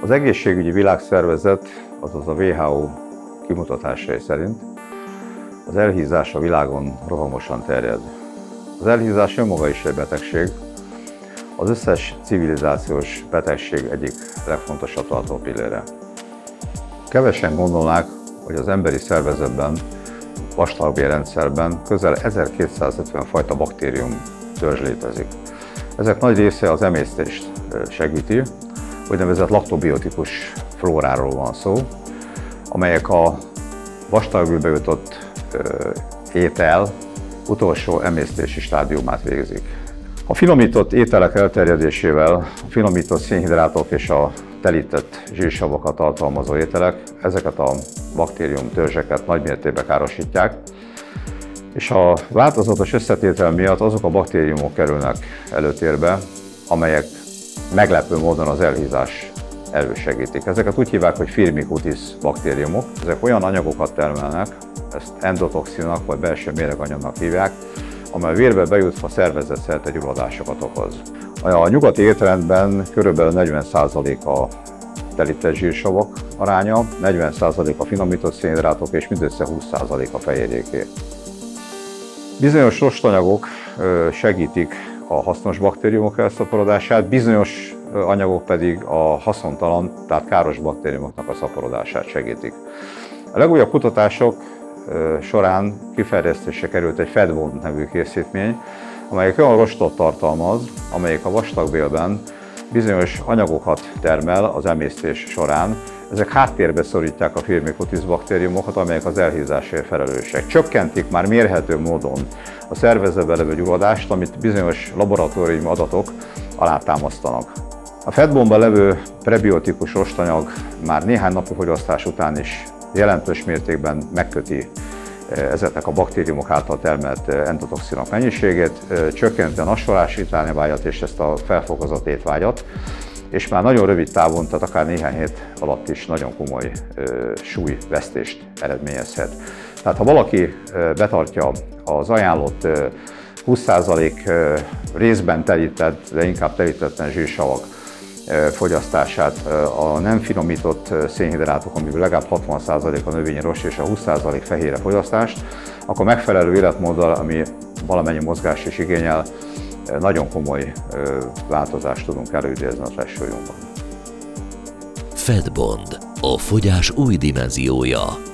Az Egészségügyi Világszervezet, azaz a WHO kimutatásai szerint az elhízás a világon rohamosan terjed. Az elhízás önmaga is egy betegség, az összes civilizációs betegség egyik legfontosabb tartópillére. Kevesen gondolnák, hogy az emberi szervezetben, vastagbélrendszerben közel 1250 fajta baktérium törzs létezik. Ezek nagy része az emésztést segíti, úgynevezett laktobiotikus flóráról van szó, amelyek a vastagbélbe jutott étel utolsó emésztési stádiumát végzik. A finomított ételek elterjedésével a finomított szénhidrátok és a telített zsírsavakat tartalmazó ételek ezeket a baktérium törzseket nagymértékben károsítják, és a változatos összetétel miatt azok a baktériumok kerülnek előtérbe, amelyek meglepő módon az elhízás elősegítik. Ezeket úgy hívják, hogy Firmicutes baktériumok. Ezek olyan anyagokat termelnek, ezt endotoxinnak vagy belső méreganyagnak hívják, amely a vérbe bejutva szervezetszerte gyulladásokat okoz. A nyugati étrendben körülbelül 40% a telített zsírsavak aránya, 40% a finomított szénhidrátok és mindössze 20% a fehérjéké. Bizonyos rostanyagok segítik a hasznos baktériumok elszaporodását, bizonyos anyagok pedig a haszontalan, tehát káros baktériumoknak a szaporodását segítik. A legújabb kutatások során kifejlesztésre került egy Fedbond nevű készítmény, amelyik olyan rostot tartalmaz, amelyik a vastagbélben bizonyos anyagokat termel az emésztés során. Ezek háttérbe szorítják a Firmicutes baktériumokat, amelyek az elhízásért felelősek. Csökkentik már mérhető módon a szervezetben levő gyulladást, amit bizonyos laboratóriumi adatok alátámasztanak. A Fedbondban levő prebiotikus rostanyag már néhány napi fogyasztás után is jelentős mértékben megköti ezeknek a baktériumok által termelt endotoxinok mennyiségét, csökkenti a nassolási vágyat és ezt a felfokozott étvágyat, és már nagyon rövid távon, tehát akár néhány hét alatt is nagyon komoly súlyvesztést eredményezhet. Tehát ha valaki betartja az ajánlott 20% részben telített, de inkább telítetlen zsírsavak fogyasztását, a nem finomított szénhidrátok, amiből legalább 60% a növényi rost és a 20% fehérje fogyasztást, akkor megfelelő életmóddal, ami valamennyi mozgást is igényel, nagyon komoly változást tudunk előidézni a testsúlyunkban. Fedbond, a fogyás új dimenziója.